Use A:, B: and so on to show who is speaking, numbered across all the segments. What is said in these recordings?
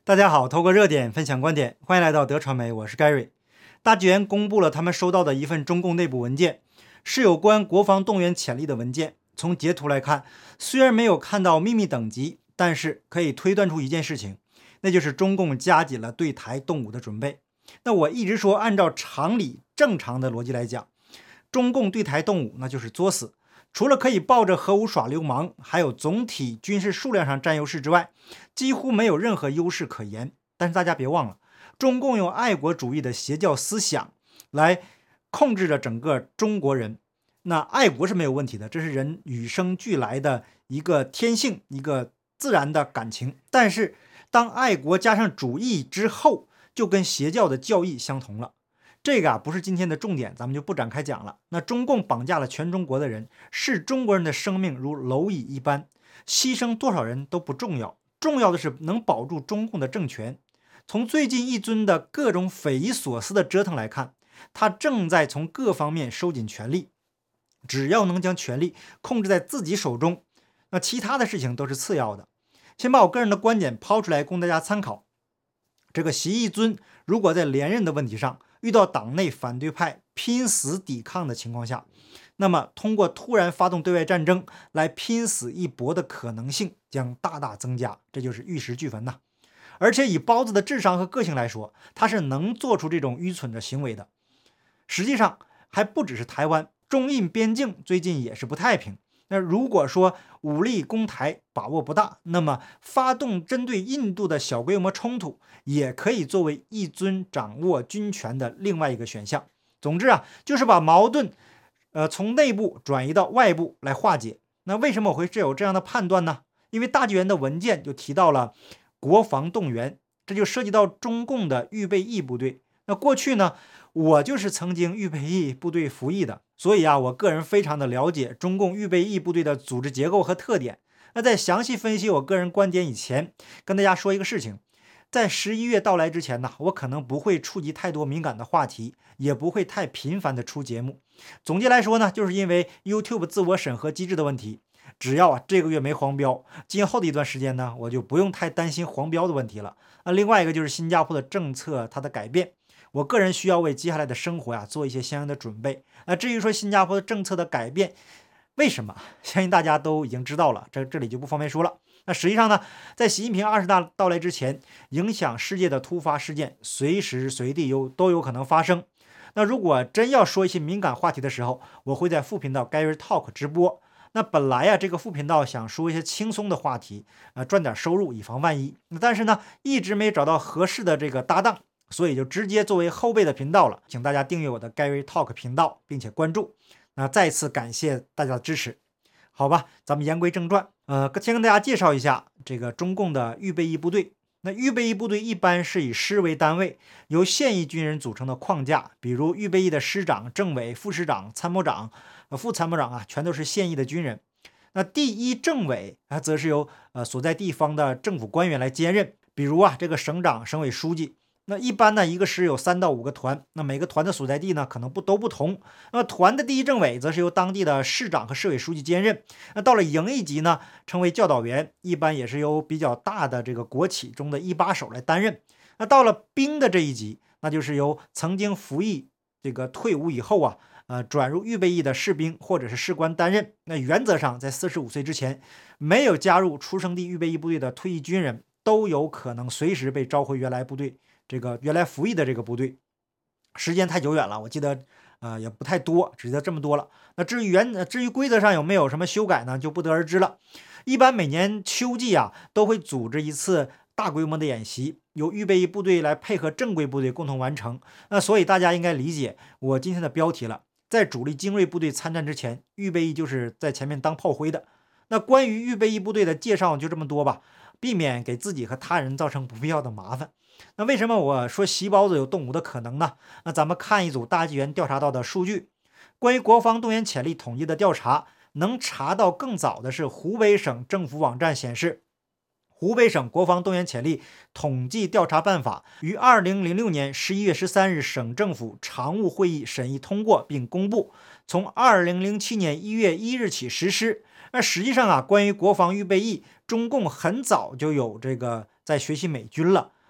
A: 大家好，透过热点分享观点，欢迎来到德传媒，我是 Gary。大纪元公布了他们收到的一份中共内部文件，是有关国防动员潜力的文件。从截图来看，虽然没有看到秘密等级，但是可以推断出一件事情，那就是中共加紧了对台动武的准备。那我一直说，按照常理正常的逻辑来讲，中共对台动武那就是作死。除了可以抱着核武耍流氓，还有总体军事数量上占优势之外，几乎没有任何优势可言。但是大家别忘了，中共用爱国主义的邪教思想来控制着整个中国人。那爱国是没有问题的，这是人与生俱来的一个天性，一个自然的感情。但是当爱国加上主义之后，就跟邪教的教义相同了。这个不是今天的重点，咱们就不展开讲了。那中共绑架了全中国的人，视中国人的生命如蝼蚁一般，牺牲多少人都不重要，重要的是能保住中共的政权。从最近一尊的各种匪夷所思的折腾来看，他正在从各方面收紧权力，只要能将权力控制在自己手中，那其他的事情都是次要的。先把我个人的观点抛出来供大家参考。这个习一尊如果在连任的问题上遇到党内反对派拼死抵抗的情况下，那么通过突然发动对外战争来拼死一搏的可能性将大大增加，这就是玉石俱焚呐。而且以包子的智商和个性来说，他是能做出这种愚蠢的行为的。实际上还不只是台湾，中印边境最近也是不太平。那如果说武力攻台把握不大，那么发动针对印度的小规模冲突也可以作为一尊掌握军权的另外一个选项。总之就是把矛盾从内部转移到外部来化解。那为什么我会有这样的判断呢？因为大纪元的文件就提到了国防动员，这就涉及到中共的预备役部队。那过去呢，我就是曾经预备役部队服役的，所以我个人非常的了解中共预备役部队的组织结构和特点。那在详细分析我个人观点以前，跟大家说一个事情，在11月到来之前呢，我可能不会触及太多敏感的话题，也不会太频繁的出节目。总结来说呢，就是因为 YouTube 自我审核机制的问题，只要这个月没黄标，今后的一段时间呢，我就不用太担心黄标的问题了。另外一个就是新加坡的政策它的改变，我个人需要为接下来的生活做一些相应的准备。至于说新加坡的政策的改变，为什么？相信大家都已经知道了，这里就不方便说了。那实际上呢，在习近平20大到来之前，影响世界的突发事件随时随地都有可能发生。那如果真要说一些敏感话题的时候，我会在副频道 Gary Talk 直播。那本来这个副频道想说一些轻松的话题，赚点收入以防万一。但是呢，一直没找到合适的这个搭档，所以就直接作为后备的频道了。请大家订阅我的 Gary Talk 频道，并且关注。那再次感谢大家的支持。好吧，咱们言归正传。先跟大家介绍一下这个中共的预备役部队。那预备役部队一般是以师为单位，由现役军人组成的框架，比如预备役的师长、政委、副师长、参谋长、副参谋长全都是现役的军人。那第一政委则是由所在地方的政府官员来兼任，比如这个省长、省委书记。那一般呢，一个师有3到5个团，那每个团的所在地呢可能都不同。那团的第一政委则是由当地的市长和市委书记兼任。那到了营一级呢，称为教导员，一般也是由比较大的这个国企中的一把手来担任。那到了兵的这一级，那就是由曾经服役这个退伍以后转入预备役的士兵或者是士官担任。那原则上在45岁之前，没有加入出生地预备役部队的退役军人都有可能随时被召回原来部队，这个原来服役的这个部队。时间太久远了，我记得也不太多，只记得这么多了。那至于规则上有没有什么修改呢，就不得而知了。一般每年秋季都会组织一次大规模的演习，由预备役部队来配合正规部队共同完成。那所以大家应该理解我今天的标题了，在主力精锐部队参战之前，预备役就是在前面当炮灰的。那关于预备役部队的介绍就这么多吧，避免给自己和他人造成不必要的麻烦。那为什么我说习包子有动武的可能呢？那咱们看一组大纪元调查到的数据，关于国防动员潜力统计的调查，能查到更早的是湖北省政府网站显示，湖北省国防动员潜力统计调查办法于2006年11月13日省政府常务会议审议通过并公布，从2007年1月1日起实施。那实际上关于国防预备役，中共很早就有这个在学习美军了。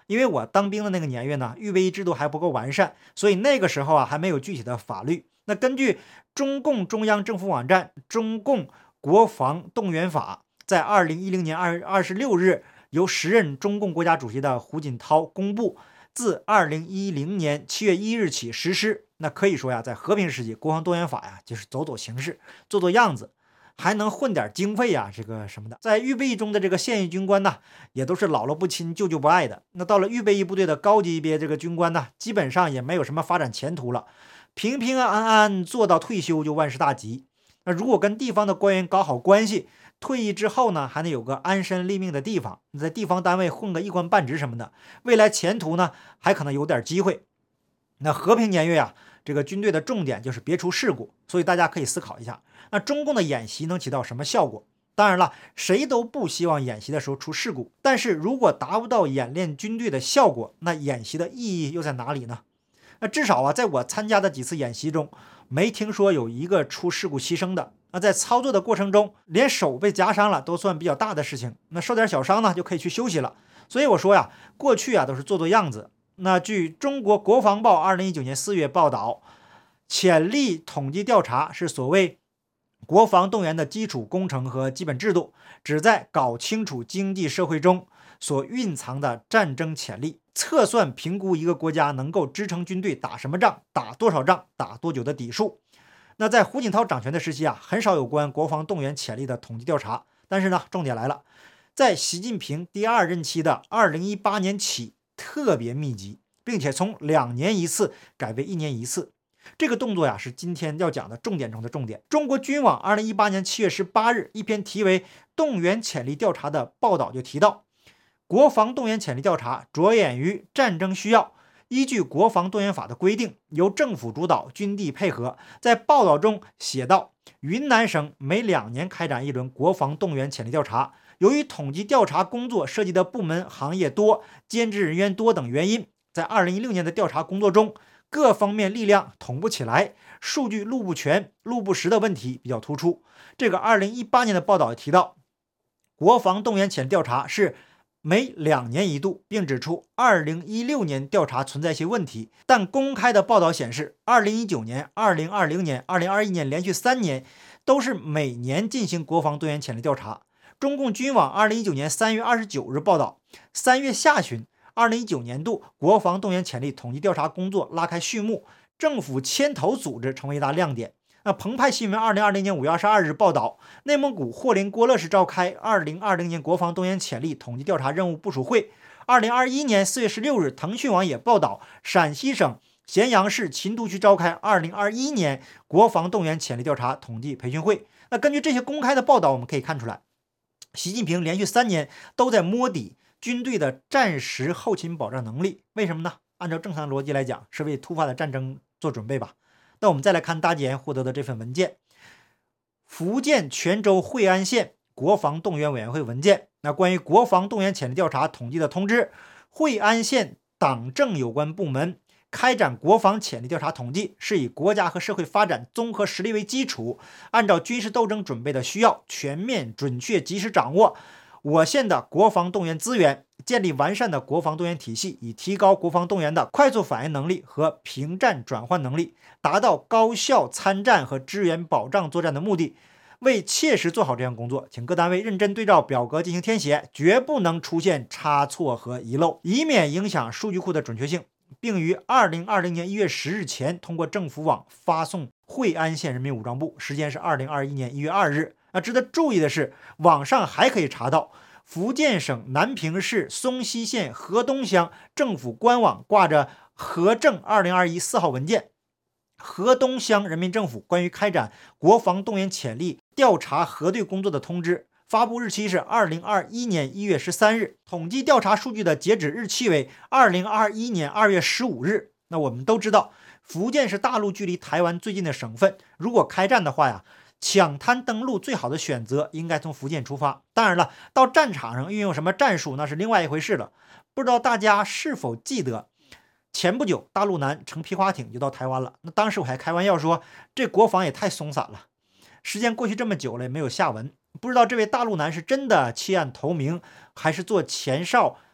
A: 因为我当兵的那个年月呢，预备役制度还不够完善，所以那个时候啊还没有具体的法律。那根据中共中央政府网站《中共国防动员法》在2010年2月26日由时任中共国家主席的胡锦涛公布，自2010年7月1日起实施。那可以说呀，在和平时期，国防动员法呀就是走走形式，做做样子，还能混点经费呀，这个什么的。在预备役中的这个现役军官呢，也都是姥姥不亲舅舅不爱的。那到了预备役部队的高级别这个军官呢，基本上也没有什么发展前途了，平平安安做到退休就万事大吉。那如果跟地方的官员搞好关系，退役之后呢，还能有个安身立命的地方，你在地方单位混个一官半职什么的，未来前途呢还可能有点机会。那和平年月呀，这个军队的重点就是别出事故，所以大家可以思考一下，那中共的演习能起到什么效果？当然了，谁都不希望演习的时候出事故，但是如果达不到演练军队的效果，那演习的意义又在哪里呢？那至少啊，在我参加的几次演习中，没听说有一个出事故牺牲的。那在操作的过程中，连手被夹伤了都算比较大的事情，那受点小伤呢就可以去休息了。所以我说呀，过去啊都是做做样子。那据中国国防报2019年4月报道，潜力统计调查是所谓国防动员的基础工程和基本制度，旨在搞清楚经济社会中所蕴藏的战争潜力，测算评估一个国家能够支撑军队打什么仗、打多少仗、打多久的底数。那在胡锦涛掌权的时期啊，很少有关国防动员潜力的统计调查。但是呢，重点来了，在习近平第2任期的2018年起，特别密集，并且从2年一次改为1年一次。这个动作呀，是今天要讲的重点中的重点。中国军网2018年7月18日一篇题为《动员潜力调查》的报道就提到，国防动员潜力调查着眼于战争需要，依据国防动员法的规定，由政府主导，军地配合。在报道中写道，云南省每2年开展一轮国防动员潜力调查。由于统计调查工作涉及的部门行业多、兼职人员多等原因，在2016年的调查工作中，各方面力量统不起来，数据录不全、录不实的问题比较突出。这个2018年的报道提到，国防动员潜力调查是每2年一度，并指出2016年调查存在一些问题，但公开的报道显示，2019年、2020年、2021年连续3年都是每年进行国防动员潜力调查。中共军网2019年3月29日报道，3月下旬，2019年度国防动员潜力统计调查工作拉开序幕，政府牵头组织成为一大亮点。那澎湃新闻2020年5月22日报道，内蒙古霍林郭勒市召开2020年国防动员潜力统计调查任务部署会。2021年4月16日，腾讯网也报道，陕西省咸阳市秦都区召开2021年国防动员潜力调查统计培训会。那根据这些公开的报道，我们可以看出来，习近平连续3年都在摸底军队的战时后勤保障能力。为什么呢？按照正常逻辑来讲，是为突发的战争做准备吧。那我们再来看大纪元获得的这份文件，福建泉州惠安县国防动员委员会文件。那关于国防动员潜力调查统计的通知，惠安县党政有关部门开展国防潜力调查统计，是以国家和社会发展综合实力为基础，按照军事斗争准备的需要，全面、准确、及时掌握我县的国防动员资源，建立完善的国防动员体系，以提高国防动员的快速反应能力和平战转换能力，达到高效参战和支援保障作战的目的。为切实做好这项工作，请各单位认真对照表格进行填写，绝不能出现差错和遗漏，以免影响数据库的准确性，并于2020年1月10日前通过政府网发送惠安县人民武装部，时间是2021年1月2日。值得注意的是，网上还可以查到福建省南平市松溪县河东乡政府官网挂着河政2021 4号文件，河东乡人民政府关于开展国防动员潜力调查核对工作的通知，发布日期是2021年1月13日，统计调查数据的截止日期为2021年2月15日。那我们都知道，福建是大陆距离台湾最近的省份，如果开战的话呀，抢滩登陆最好的选择应该从福建出发。当然了，到战场上运用什么战术那是另外一回事了。不知道大家是否记得，前不久大陆南乘皮划艇就到台湾了。那当时我还开玩笑说，这国防也太松散了。时间过去这么久了，也没有下文，不知道这位大陆南是真的弃暗投明，还是做前哨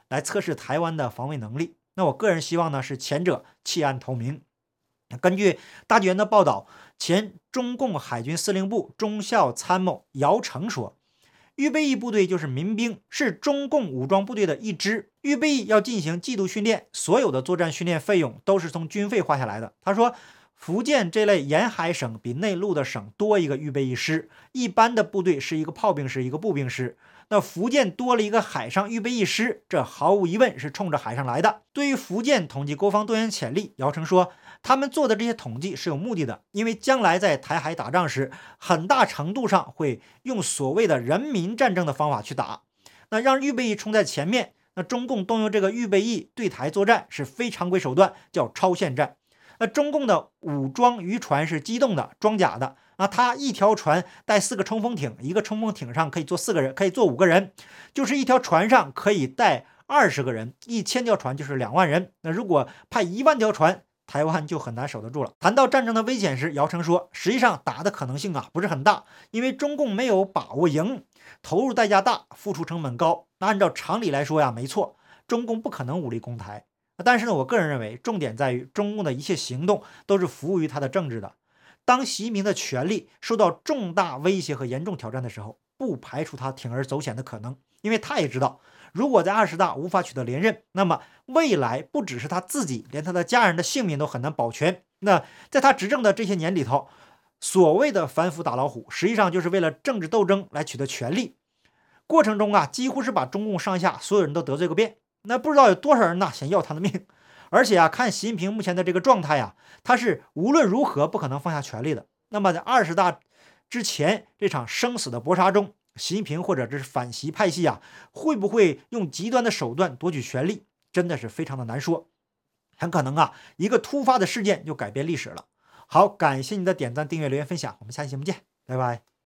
A: 来测试台湾的防卫能力。那我个人希望呢是前者弃暗投明。根据大纪元的报道，前中共海军司令部中校参谋姚成说，预备役部队就是民兵，是中共武装部队的一支。预备役要进行季度训练，所有的作战训练费用都是从军费花下来的。他说，福建这类沿海省比内陆的省多一个预备役师，一般的部队是一个炮兵师，一个步兵师。那福建多了一个海上预备役师，这毫无疑问是冲着海上来的。对于福建统计国防动员潜力，姚成说，他们做的这些统计是有目的的，因为将来在台海打仗时，很大程度上会用所谓的人民战争的方法去打，那让预备役冲在前面。那中共动用这个预备役对台作战是非常规手段，叫超限战。那中共的武装渔船是机动的、装甲的。它一条船带4个冲锋艇，一个冲锋艇上可以坐4个人，可以坐5个人，就是一条船上可以带20个人，1000条船就是2万人。那如果派1万条船，台湾就很难守得住了。谈到战争的危险时，姚成说，实际上打的可能性不是很大，因为中共没有把握赢，投入代价大，付出成本高。那按照常理来说呀，没错，中共不可能武力攻台。但是呢，我个人认为，重点在于中共的一切行动都是服务于他的政治的。当习近平的权力受到重大威胁和严重挑战的时候，不排除他铤而走险的可能，因为他也知道，如果在20大无法取得连任，那么未来不只是他自己，连他的家人的性命都很难保全。那在他执政的这些年里头，所谓的反腐打老虎，实际上就是为了政治斗争来取得权力。过程中几乎是把中共上下所有人都得罪个遍。那不知道有多少人想要他的命。而且看习近平目前的这个状态他是无论如何不可能放下权力的。那么在20大之前这场生死的搏杀中，习近平或者这是反习派系会不会用极端的手段夺取权力，真的是非常的难说。很可能一个突发的事件就改变历史了。好，感谢你的点赞、订阅、留言、分享，我们下期节目见，拜拜。